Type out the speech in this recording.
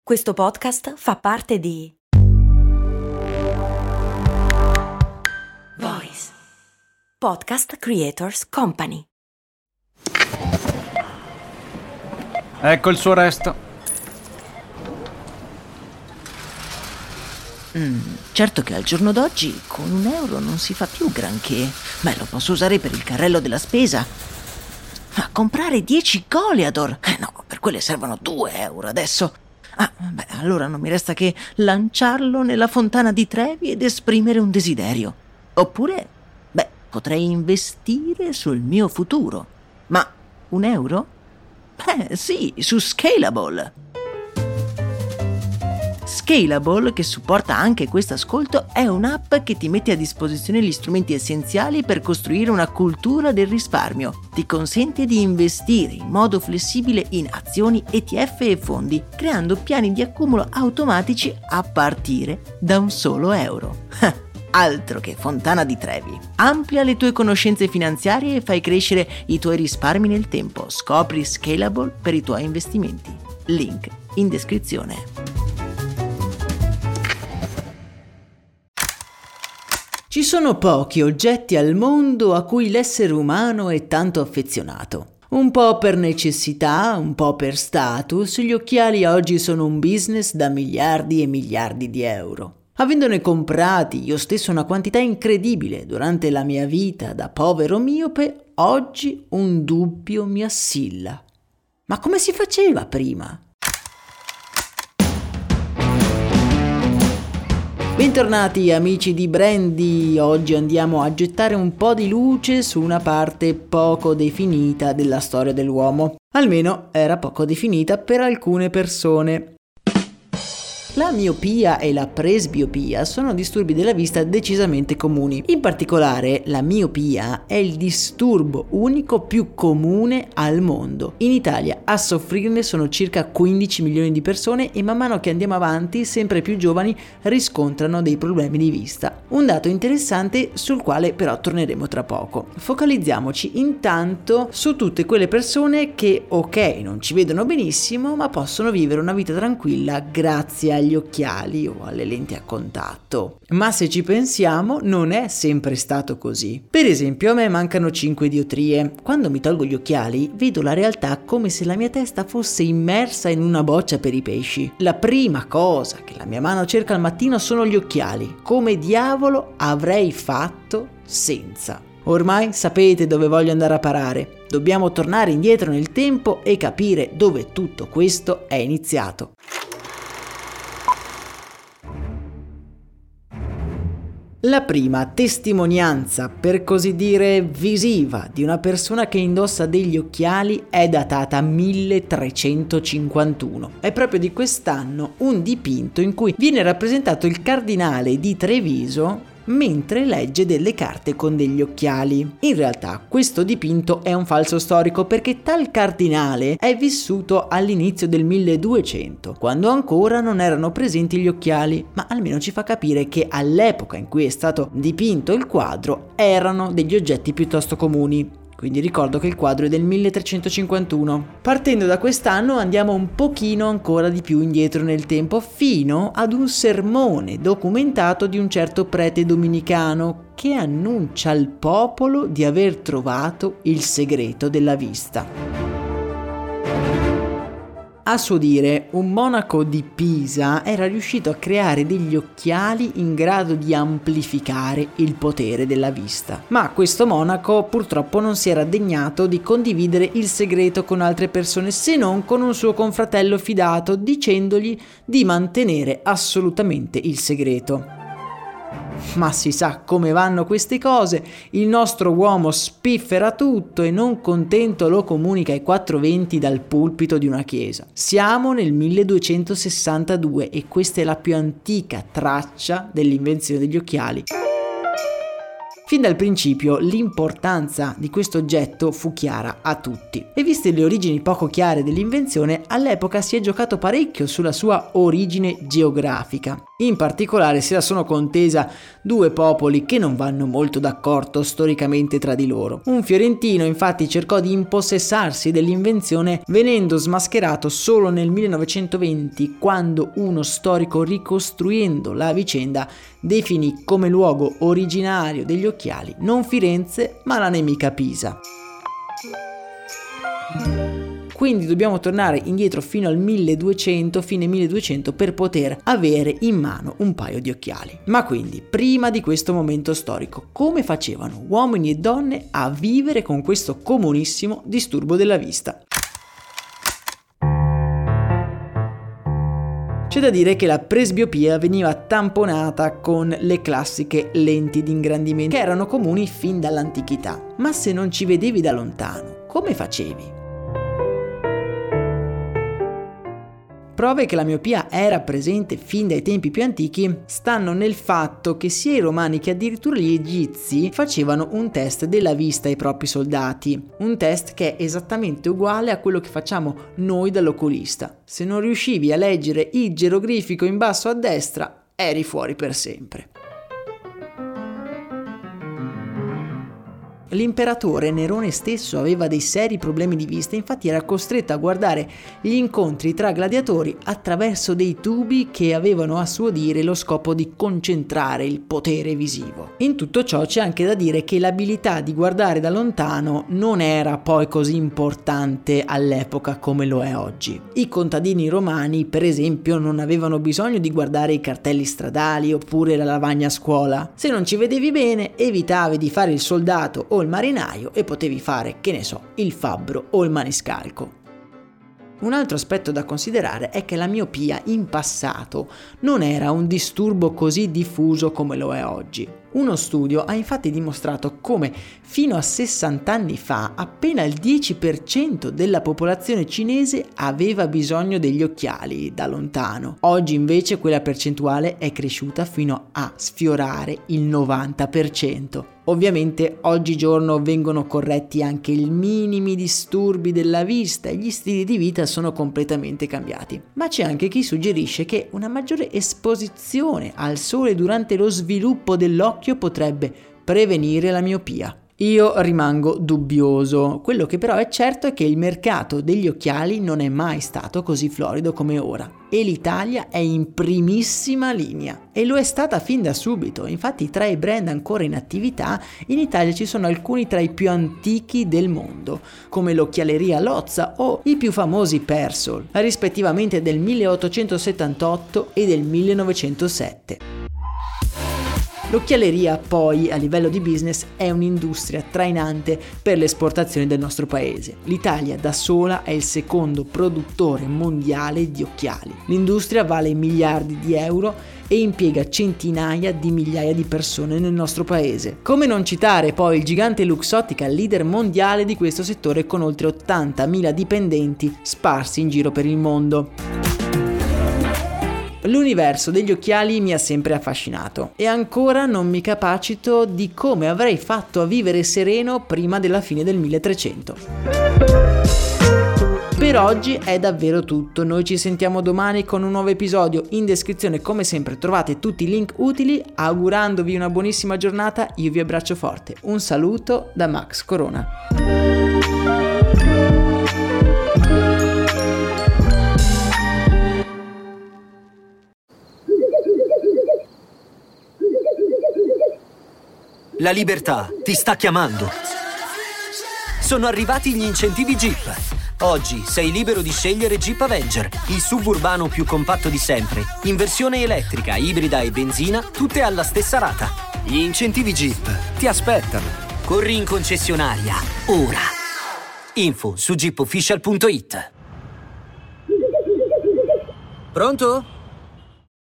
Questo podcast fa parte di Voice Podcast Creators Company. Ecco il suo resto. Certo che al giorno d'oggi con €1 non si fa più granché. Lo posso usare per il carrello della spesa. Ma comprare 10 Goliador? No, per quelle servono €2 adesso. Allora non mi resta che lanciarlo nella fontana di Trevi ed esprimere un desiderio. Oppure, potrei investire sul mio futuro. Ma €1? Sì, su Scalable. Scalable, che supporta anche questo ascolto, è un'app che ti mette a disposizione gli strumenti essenziali per costruire una cultura del risparmio. Ti consente di investire in modo flessibile in azioni, ETF e fondi, creando piani di accumulo automatici a partire da un solo euro. Altro che fontana di Trevi. Amplia le tue conoscenze finanziarie e fai crescere i tuoi risparmi nel tempo. Scopri Scalable per i tuoi investimenti. Link in descrizione. Ci sono pochi oggetti al mondo a cui l'essere umano è tanto affezionato. Un po' per necessità, un po' per status, gli occhiali oggi sono un business da miliardi e miliardi di euro. Avendone comprati io stesso una quantità incredibile durante la mia vita da povero miope, oggi un dubbio mi assilla. Ma come si faceva prima? Bentornati amici di Brandy, oggi andiamo a gettare un po' di luce su una parte poco definita della storia dell'uomo. Almeno era poco definita per alcune persone. La miopia e la presbiopia sono disturbi della vista decisamente comuni. In particolare, la miopia è il disturbo unico più comune al mondo. In Italia a soffrirne sono circa 15 milioni di persone e man mano che andiamo avanti, sempre più giovani riscontrano dei problemi di vista. Un dato interessante sul quale però torneremo tra poco. Focalizziamoci intanto su tutte quelle persone che, non ci vedono benissimo, ma possono vivere una vita tranquilla grazie agli occhiali o alle lenti a contatto. Ma se ci pensiamo, non è sempre stato così. Per esempio, a me mancano 5 diotrie. Quando mi tolgo gli occhiali, vedo la realtà come se la mia testa fosse immersa in una boccia per i pesci. La prima cosa che la mia mano cerca al mattino sono gli occhiali. Come diavolo avrei fatto senza? Ormai sapete dove voglio andare a parare. Dobbiamo tornare indietro nel tempo e capire dove tutto questo è iniziato. La prima testimonianza, per così dire, visiva di una persona che indossa degli occhiali è datata 1351. È proprio di quest'anno un dipinto in cui viene rappresentato il cardinale di Treviso mentre legge delle carte con degli occhiali. In realtà questo dipinto è un falso storico perché tal cardinale è vissuto all'inizio del 1200, quando ancora non erano presenti gli occhiali, ma almeno ci fa capire che all'epoca in cui è stato dipinto il quadro erano degli oggetti piuttosto comuni. Quindi ricordo che il quadro è del 1351. Partendo da quest'anno andiamo un pochino ancora di più indietro nel tempo, fino ad un sermone documentato di un certo prete dominicano che annuncia al popolo di aver trovato il segreto della vista. A suo dire, un monaco di Pisa era riuscito a creare degli occhiali in grado di amplificare il potere della vista. Ma questo monaco purtroppo non si era degnato di condividere il segreto con altre persone, se non con un suo confratello fidato, dicendogli di mantenere assolutamente il segreto. Ma si sa come vanno queste cose, il nostro uomo spiffera tutto e non contento lo comunica ai 420 dal pulpito di una chiesa. Siamo nel 1262 e questa è la più antica traccia dell'invenzione degli occhiali. Fin dal principio l'importanza di questo oggetto fu chiara a tutti e viste le origini poco chiare dell'invenzione, all'epoca si è giocato parecchio sulla sua origine geografica. In particolare se la sono contesa due popoli che non vanno molto d'accordo storicamente tra di loro. Un fiorentino infatti cercò di impossessarsi dell'invenzione venendo smascherato solo nel 1920, quando uno storico, ricostruendo la vicenda, definì come luogo originario degli occhiali non Firenze ma la nemica Pisa. Quindi dobbiamo tornare indietro fino al 1200, fine 1200, per poter avere in mano un paio di occhiali. Ma quindi, prima di questo momento storico, come facevano uomini e donne a vivere con questo comunissimo disturbo della vista? C'è da dire che la presbiopia veniva tamponata con le classiche lenti di ingrandimento, che erano comuni fin dall'antichità. Ma se non ci vedevi da lontano, come facevi? Prove che la miopia era presente fin dai tempi più antichi stanno nel fatto che sia i romani che addirittura gli egizi facevano un test della vista ai propri soldati, un test che è esattamente uguale a quello che facciamo noi dall'oculista. Se non riuscivi a leggere il geroglifico in basso a destra, eri fuori per sempre. L'imperatore Nerone stesso aveva dei seri problemi di vista, infatti era costretto a guardare gli incontri tra gladiatori attraverso dei tubi che avevano a suo dire lo scopo di concentrare il potere visivo. In tutto ciò c'è anche da dire che l'abilità di guardare da lontano non era poi così importante all'epoca come lo è oggi. I contadini romani, per esempio, non avevano bisogno di guardare i cartelli stradali oppure la lavagna a scuola. Se non ci vedevi bene, evitavi di fare il soldato o il marinaio e potevi fare, che ne so, il fabbro o il maniscalco. Un altro aspetto da considerare è che la miopia in passato non era un disturbo così diffuso come lo è oggi. Uno studio ha infatti dimostrato come fino a 60 anni fa appena il 10% della popolazione cinese aveva bisogno degli occhiali da lontano. Oggi invece quella percentuale è cresciuta fino a sfiorare il 90%. Ovviamente oggigiorno vengono corretti anche i minimi disturbi della vista e gli stili di vita sono completamente cambiati. Ma c'è anche chi suggerisce che una maggiore esposizione al sole durante lo sviluppo dell'occhio potrebbe prevenire la miopia. Io rimango dubbioso. Quello che però è certo è che il mercato degli occhiali non è mai stato così florido come ora e l'Italia è in primissima linea e lo è stata fin da subito. Infatti tra i brand ancora in attività in Italia ci sono alcuni tra i più antichi del mondo, come l'Occhialeria Lozza o i più famosi Persol, rispettivamente del 1878 e del 1907. L'occhialeria poi a livello di business è un'industria trainante per le esportazioni del nostro paese. L'Italia da sola è il secondo produttore mondiale di occhiali. L'industria vale miliardi di euro e impiega centinaia di migliaia di persone nel nostro paese. Come non citare poi il gigante Luxottica, leader mondiale di questo settore con oltre 80.000 dipendenti sparsi in giro per il mondo. L'universo degli occhiali mi ha sempre affascinato e ancora non mi capacito di come avrei fatto a vivere sereno prima della fine del 1300. Per oggi è davvero tutto, noi ci sentiamo domani con un nuovo episodio. In descrizione come sempre trovate tutti i link utili. Augurandovi una buonissima giornata, io vi abbraccio forte. Un saluto da Max Corona. La libertà ti sta chiamando. Sono arrivati gli incentivi Jeep. Oggi sei libero di scegliere Jeep Avenger, il suburbano più compatto di sempre, in versione elettrica, ibrida e benzina, tutte alla stessa rata. Gli incentivi Jeep ti aspettano. Corri in concessionaria, ora. Info su jeepofficial.it. Pronto?